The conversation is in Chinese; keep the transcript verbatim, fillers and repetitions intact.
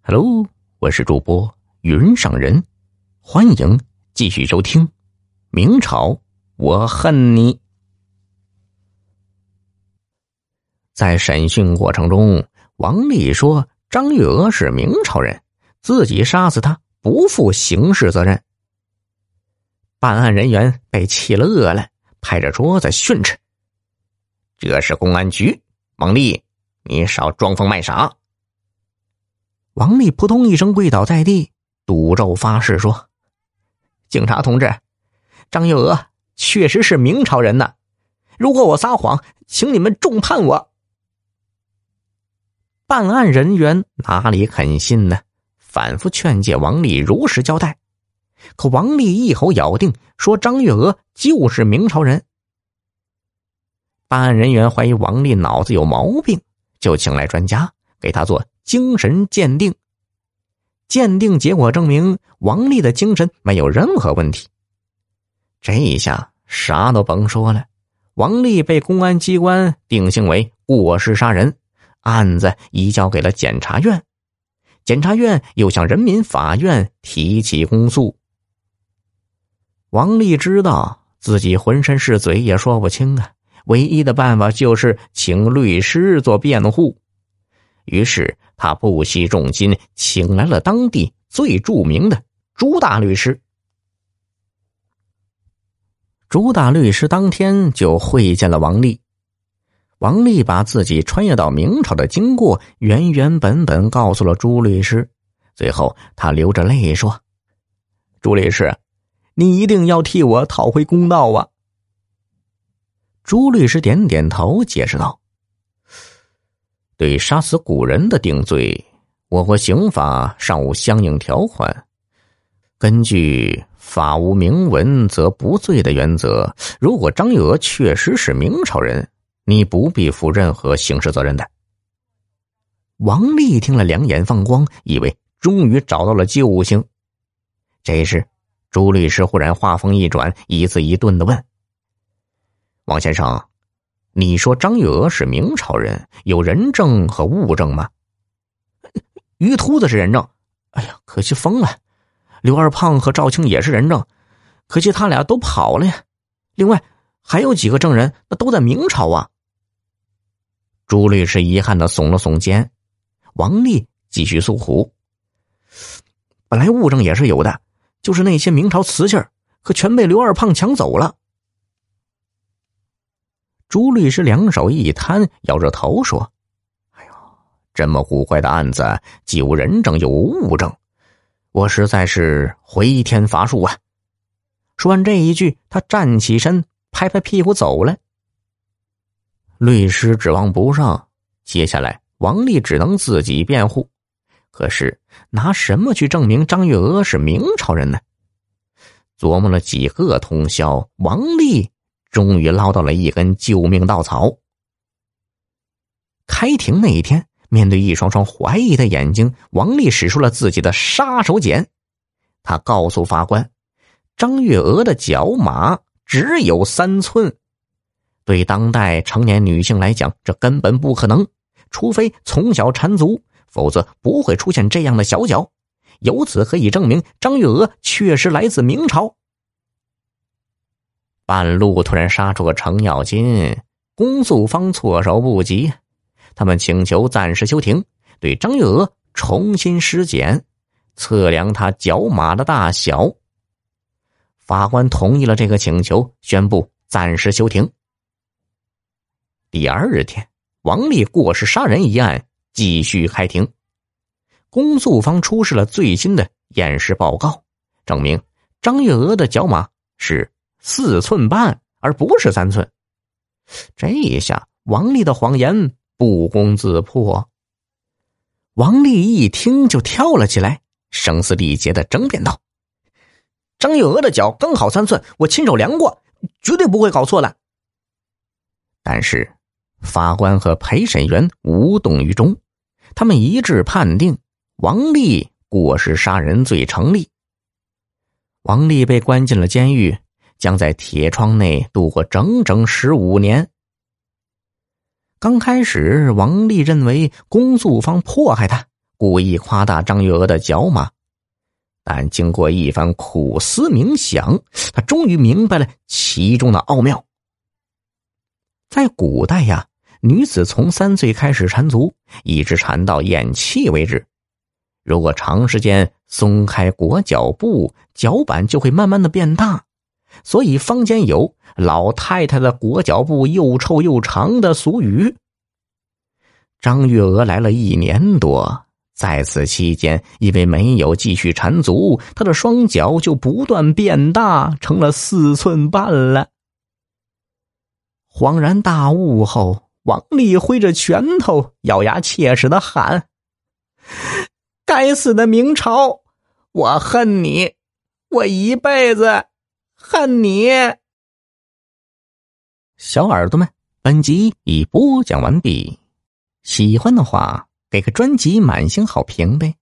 Hello， 我是主播云上人，欢迎继续收听明朝我恨你。在审讯过程中，王丽说张月娥是明朝人，自己杀死他不负刑事责任。办案人员被气了饿了，拍着桌子训斥：这是公安局，王丽，你少装疯卖傻。王丽扑通一声跪倒在地，赌咒发誓说：警察同志，张月娥确实是明朝人呐，如果我撒谎，请你们重判我。办案人员哪里肯信呢？反复劝诫王丽如实交代，可王丽一口咬定说张月娥就是明朝人。办案人员怀疑王丽脑子有毛病，就请来专家给他做精神鉴定。鉴定结果证明王丽的精神没有任何问题。这一下啥都甭说了，王丽被公安机关定性为过失杀人，案子移交给了检察院，检察院又向人民法院提起公诉。王丽知道自己浑身是嘴也说不清啊，唯一的办法就是请律师做辩护。于是他不惜重金请来了当地最著名的朱大律师。朱大律师当天就会见了王丽。王丽把自己穿越到明朝的经过原原本本告诉了朱律师，最后他流着泪说：朱律师，你一定要替我讨回公道啊。朱律师点点头，解释道：对杀死古人的定罪，我国刑法尚无相应条款。根据法无明文则不罪的原则，如果张月娥确实是明朝人，你不必负任何刑事责任的。王丽听了两眼放光，以为终于找到了救星。这时朱律师忽然话锋一转，一字一顿地问：王先生，你说张月娥是明朝人，有人证和物证吗？于秃子是人证，哎呀，可惜疯了。刘二胖和赵青也是人证，可惜他俩都跑了呀。另外还有几个证人，那都在明朝啊。朱律师遗憾地耸了耸肩。王丽继续诉苦：本来物证也是有的，就是那些明朝瓷器，可全被刘二胖抢走了。朱律师两手一摊，摇着头说：哎呦，这么古怪的案子，既无人证又无物证，我实在是回天乏术啊。说完这一句，他站起身，拍拍屁股走了。律师指望不上，接下来王丽只能自己辩护。可是拿什么去证明张月娥是明朝人呢？琢磨了几个通宵，王丽终于捞到了一根救命稻草。开庭那一天，面对一双双怀疑的眼睛，王丽使出了自己的杀手锏。他告诉法官，张月娥的脚码只有三寸，对当代成年女性来讲，这根本不可能，除非从小缠足，否则不会出现这样的小脚。由此可以证明张月娥确实来自明朝。半路突然杀出个程咬金，公诉方措手不及，他们请求暂时休庭，对张月娥重新尸检，测量她脚码的大小。法官同意了这个请求，宣布暂时休庭。第二天，王丽过失杀人一案继续开庭。公诉方出示了最新的验尸报告，证明张月娥的脚码是四寸半，而不是三寸。这一下，王丽的谎言不攻自破。王丽一听就跳了起来，声嘶力竭地争辩道：张月娥的脚刚好三寸，我亲手量过，绝对不会搞错的。但是法官和陪审员无动于衷，他们一致判定王丽过失杀人罪成立。王丽被关进了监狱，将在铁窗内度过整整十五年。刚开始，王丽认为公诉方迫害他， 故意夸大张月娥的脚码。但经过一番苦思冥想，他终于明白了其中的奥妙。在古代呀，女子从三岁开始缠足，一直缠到咽气为止。如果长时间松开裹脚布，脚板就会慢慢的变大，所以坊间有老太太的裹脚布又臭又长的俗语。张月娥来了一年多，在此期间，因为没有继续缠足，她的双脚就不断变大，成了四寸半了。恍然大悟后，王丽挥着拳头，咬牙切齿地喊：该死的明朝，我恨你，我一辈子恨你！小耳朵们，本集已播讲完毕，喜欢的话给个专辑满星好评呗。